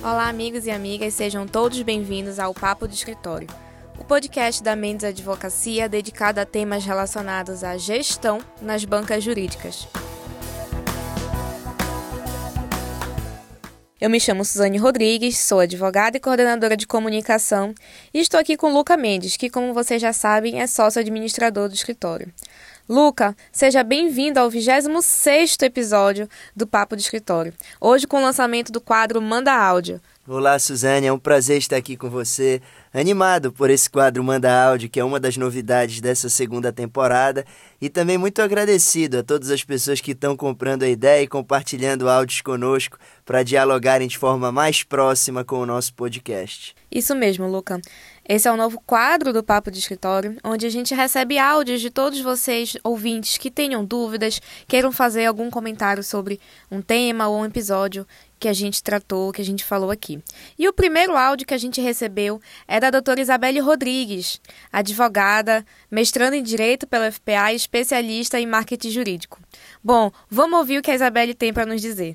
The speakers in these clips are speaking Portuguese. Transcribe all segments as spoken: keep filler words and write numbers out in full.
Olá, amigos e amigas, sejam todos bem-vindos ao Papo de Escritório, o podcast da Mendes Advocacia dedicado a temas relacionados à gestão nas bancas jurídicas. Eu me chamo Suzane Rodrigues, sou advogada e coordenadora de comunicação e estou aqui com Luca Mendes, que, como vocês já sabem, é sócio administrador do escritório. Luca, seja bem-vindo ao vigésimo sexto episódio do Papo de Escritório, hoje com o lançamento do quadro Manda Áudio. Olá, Suzane, é um prazer estar aqui com você, animado por esse quadro Manda Áudio, que é uma das novidades dessa segunda temporada, e também muito agradecido a todas as pessoas que estão comprando a ideia e compartilhando áudios conosco para dialogarem de forma mais próxima com o nosso podcast. Isso mesmo, Luca. Esse é o novo quadro do Papo de Escritório, onde a gente recebe áudios de todos vocês, ouvintes, que tenham dúvidas, queiram fazer algum comentário sobre um tema ou um episódio que a gente tratou, que a gente falou aqui. E o primeiro áudio que a gente recebeu é da doutora Isabelle Rodrigues, advogada, mestrando em Direito pela U F P A e especialista em marketing jurídico. Bom, vamos ouvir o que a Isabelle tem para nos dizer.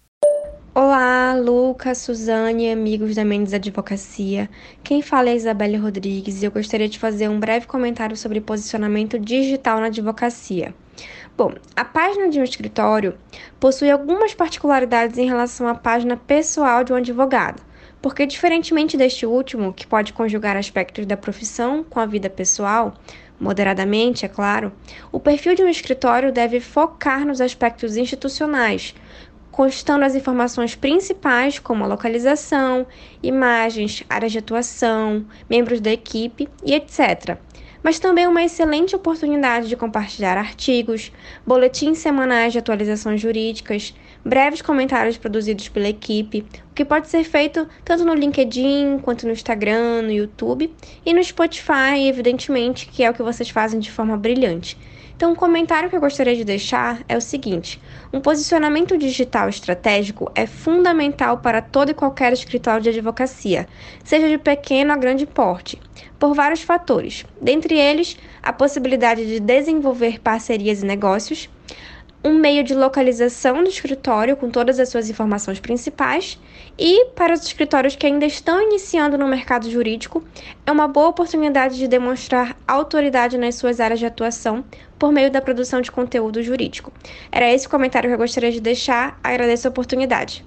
Olá, Lucas, Suzane e amigos da Mendes Advocacia. Quem fala é a Isabelle Rodrigues e eu gostaria de fazer um breve comentário sobre posicionamento digital na advocacia. Bom, a página de um escritório possui algumas particularidades em relação à página pessoal de um advogado, porque diferentemente deste último, que pode conjugar aspectos da profissão com a vida pessoal, moderadamente, é claro, o perfil de um escritório deve focar nos aspectos institucionais, constando as informações principais como a localização, imagens, áreas de atuação, membros da equipe e etcétera. Mas também uma excelente oportunidade de compartilhar artigos, boletins semanais de atualizações jurídicas, breves comentários produzidos pela equipe, o que pode ser feito tanto no LinkedIn, quanto no Instagram, no YouTube e no Spotify, evidentemente, que é o que vocês fazem de forma brilhante. Então, um comentário que eu gostaria de deixar é o seguinte: um posicionamento digital estratégico é fundamental para todo e qualquer escritório de advocacia, seja de pequeno a grande porte, por vários fatores. Dentre eles, a possibilidade de desenvolver parcerias e negócios, um meio de localização do escritório com todas as suas informações principais e, para os escritórios que ainda estão iniciando no mercado jurídico, é uma boa oportunidade de demonstrar autoridade nas suas áreas de atuação por meio da produção de conteúdo jurídico. Era esse o comentário que eu gostaria de deixar. Agradeço a oportunidade.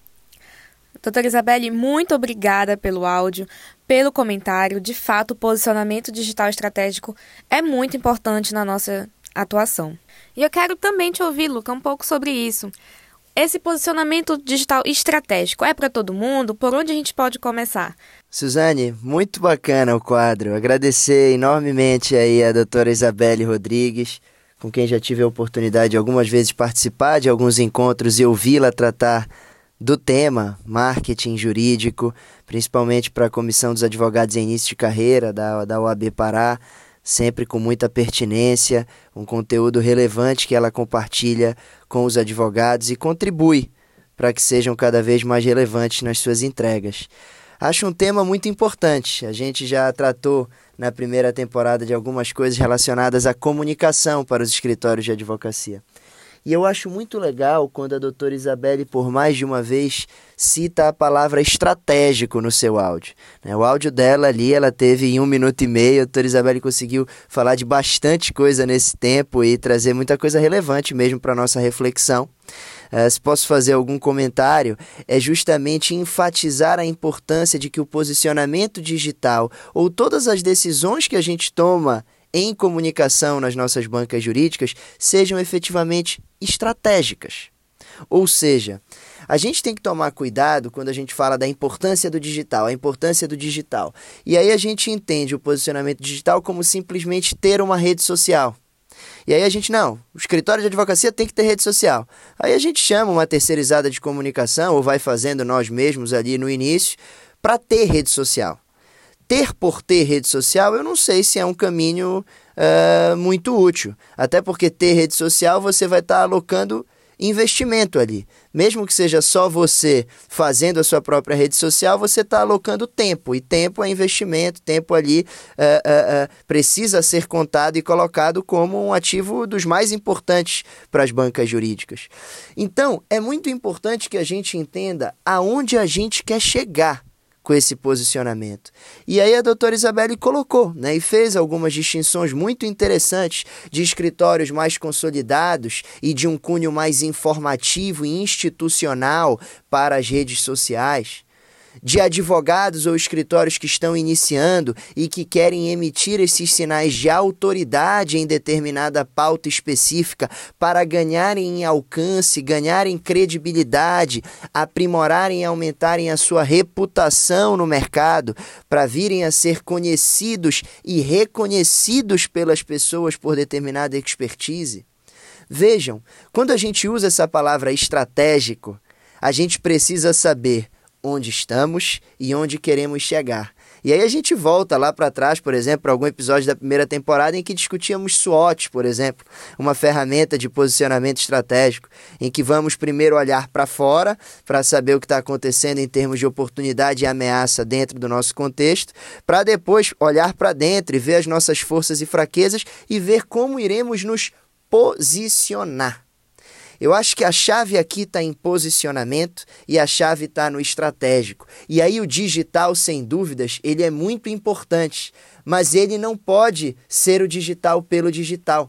Doutora Isabelle, muito obrigada pelo áudio, pelo comentário. De fato, o posicionamento digital estratégico é muito importante na nossa atuação. E eu quero também te ouvir, Luca, um pouco sobre isso. Esse posicionamento digital estratégico é para todo mundo? Por onde a gente pode começar? Suzane, muito bacana o quadro. Agradecer enormemente aí a doutora Isabelle Rodrigues, com quem já tive a oportunidade de algumas vezes participar de alguns encontros e ouvi-la tratar do tema marketing jurídico, principalmente para a Comissão dos Advogados em Início de Carreira da, da O A B Pará, sempre com muita pertinência, um conteúdo relevante que ela compartilha com os advogados e contribui para que sejam cada vez mais relevantes nas suas entregas. Acho um tema muito importante. A gente já tratou na primeira temporada de algumas coisas relacionadas à comunicação para os escritórios de advocacia. E eu acho muito legal quando a doutora Isabelle, por mais de uma vez, cita a palavra estratégico no seu áudio. O áudio dela ali, ela teve em um minuto e meio, a doutora Isabelle conseguiu falar de bastante coisa nesse tempo e trazer muita coisa relevante mesmo para a nossa reflexão. Uh, se posso fazer algum comentário, é justamente enfatizar a importância de que o posicionamento digital ou todas as decisões que a gente toma em comunicação nas nossas bancas jurídicas sejam efetivamente estratégicas. Ou seja, a gente tem que tomar cuidado quando a gente fala da importância do digital, a importância do digital. E aí a gente entende o posicionamento digital como simplesmente ter uma rede social. E aí a gente, não, o escritório de advocacia tem que ter rede social. Aí a gente chama uma terceirizada de comunicação, ou vai fazendo nós mesmos ali no início, para ter rede social. Ter por ter rede social, eu não sei se é um caminho uh, muito útil. Até porque ter rede social, você vai estar tá alocando investimento ali. Mesmo que seja só você fazendo a sua própria rede social, você está alocando tempo. E tempo é investimento, tempo ali uh, uh, uh, precisa ser contado e colocado como um ativo dos mais importantes para as bancas jurídicas. Então, é muito importante que a gente entenda aonde a gente quer chegar com esse posicionamento. E aí a doutora Isabelle colocou, né, e fez algumas distinções muito interessantes de escritórios mais consolidados e de um cunho mais informativo e institucional para as redes sociais, de advogados ou escritórios que estão iniciando e que querem emitir esses sinais de autoridade em determinada pauta específica para ganharem em alcance, ganharem credibilidade, aprimorarem e aumentarem a sua reputação no mercado, para virem a ser conhecidos e reconhecidos pelas pessoas por determinada expertise. Vejam, quando a gente usa essa palavra estratégico, a gente precisa saber onde estamos e onde queremos chegar. E aí a gente volta lá para trás, por exemplo, para algum episódio da primeira temporada em que discutíamos SWOT, por exemplo, uma ferramenta de posicionamento estratégico, em que vamos primeiro olhar para fora para saber o que está acontecendo em termos de oportunidade e ameaça dentro do nosso contexto, para depois olhar para dentro e ver as nossas forças e fraquezas e ver como iremos nos posicionar. Eu acho que a chave aqui está em posicionamento e a chave está no estratégico. E aí o digital, sem dúvidas, ele é muito importante, mas ele não pode ser o digital pelo digital.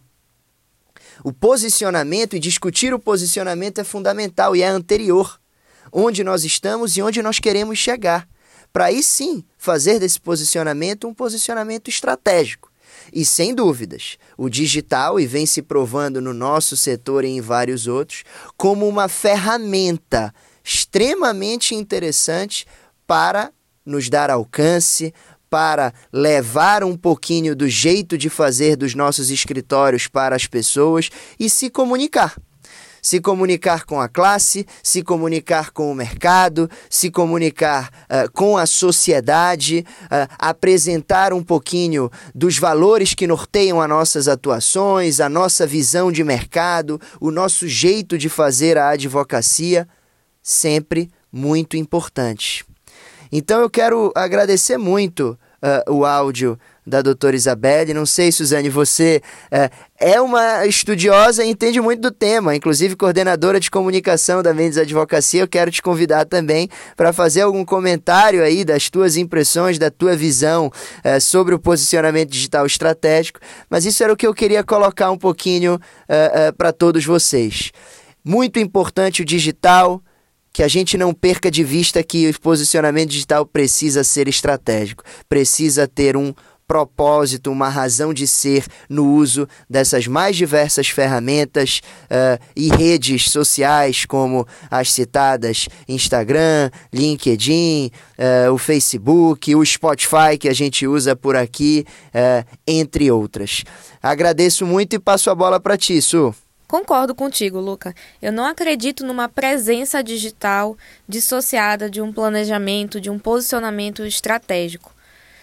O posicionamento e discutir o posicionamento é fundamental e é anterior. Onde nós estamos e onde nós queremos chegar. Para aí sim fazer desse posicionamento um posicionamento estratégico. E, sem dúvidas, o digital, e vem se provando no nosso setor e em vários outros, como uma ferramenta extremamente interessante para nos dar alcance, para levar um pouquinho do jeito de fazer dos nossos escritórios para as pessoas e se comunicar. Se comunicar com a classe, se comunicar com o mercado, se comunicar uh, com a sociedade, uh, apresentar um pouquinho dos valores que norteiam as nossas atuações, a nossa visão de mercado, o nosso jeito de fazer a advocacia, sempre muito importante. Então eu quero agradecer muito uh, o áudio da doutora Isabelle. Não sei, Suzane, você é, é uma estudiosa e entende muito do tema, inclusive coordenadora de comunicação da Mendes Advocacia. Eu quero te convidar também para fazer algum comentário aí das tuas impressões, da tua visão é, sobre o posicionamento digital estratégico, mas isso era o que eu queria colocar um pouquinho é, é, para todos vocês. Muito importante o digital, que a gente não perca de vista que o posicionamento digital precisa ser estratégico, precisa ter um propósito, uma razão de ser no uso dessas mais diversas ferramentas uh, e redes sociais, como as citadas Instagram, LinkedIn, uh, o Facebook, o Spotify que a gente usa por aqui, uh, entre outras. Agradeço muito e passo a bola para ti, Su. Concordo contigo, Luca. Eu não acredito numa presença digital dissociada de um planejamento, de um posicionamento estratégico.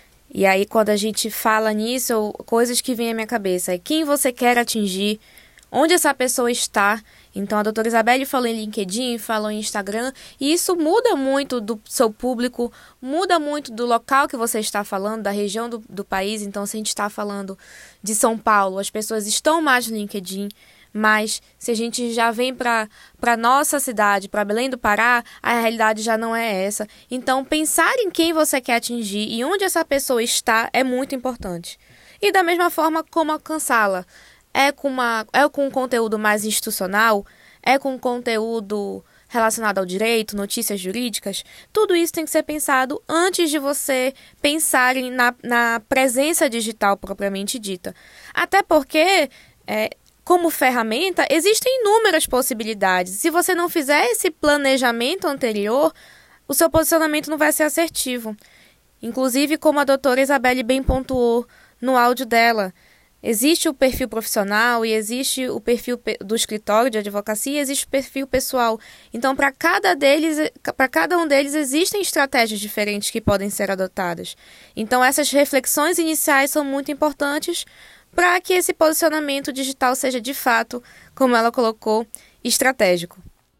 E aí, quando a gente fala nisso, coisas que vêm à minha cabeça é quem você quer atingir, onde essa pessoa está. Então, a doutora Isabelle falou em LinkedIn, falou em Instagram, e isso muda muito do seu público, muda muito do local que você está falando, da região do, do país. Então, se a gente está falando de São Paulo, as pessoas estão mais no LinkedIn. Mas se a gente já vem para a nossa cidade, para Belém do Pará, a realidade já não é essa. Então, pensar em quem você quer atingir e onde essa pessoa está é muito importante. E da mesma forma, como alcançá-la? É com, uma, é com um conteúdo mais institucional? É com conteúdo relacionado ao direito, notícias jurídicas? Tudo isso tem que ser pensado antes de você pensar em, na, na presença digital propriamente dita. Até porque... É, como ferramenta, existem inúmeras possibilidades. Se você não fizer esse planejamento anterior, o seu posicionamento não vai ser assertivo. Inclusive, como a doutora Isabelle bem pontuou no áudio dela, existe o perfil profissional e existe o perfil do escritório de advocacia e existe o perfil pessoal. Então, para cada deles, para cada um deles, existem estratégias diferentes que podem ser adotadas. Então, essas reflexões iniciais são muito importantes para que esse posicionamento digital seja de fato, como ela colocou, estratégico.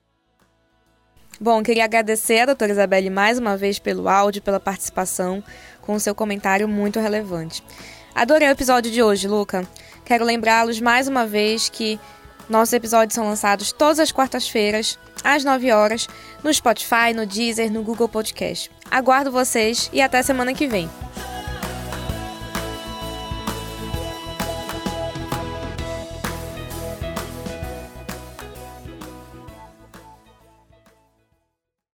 Bom, queria agradecer a doutora Isabelle mais uma vez pelo áudio, pela participação, com o seu comentário muito relevante. Adorei o episódio de hoje, Luca. Quero lembrá-los mais uma vez que nossos episódios são lançados todas as quartas-feiras, às nove horas, no Spotify, no Deezer, no Google Podcast. Aguardo vocês e até semana que vem.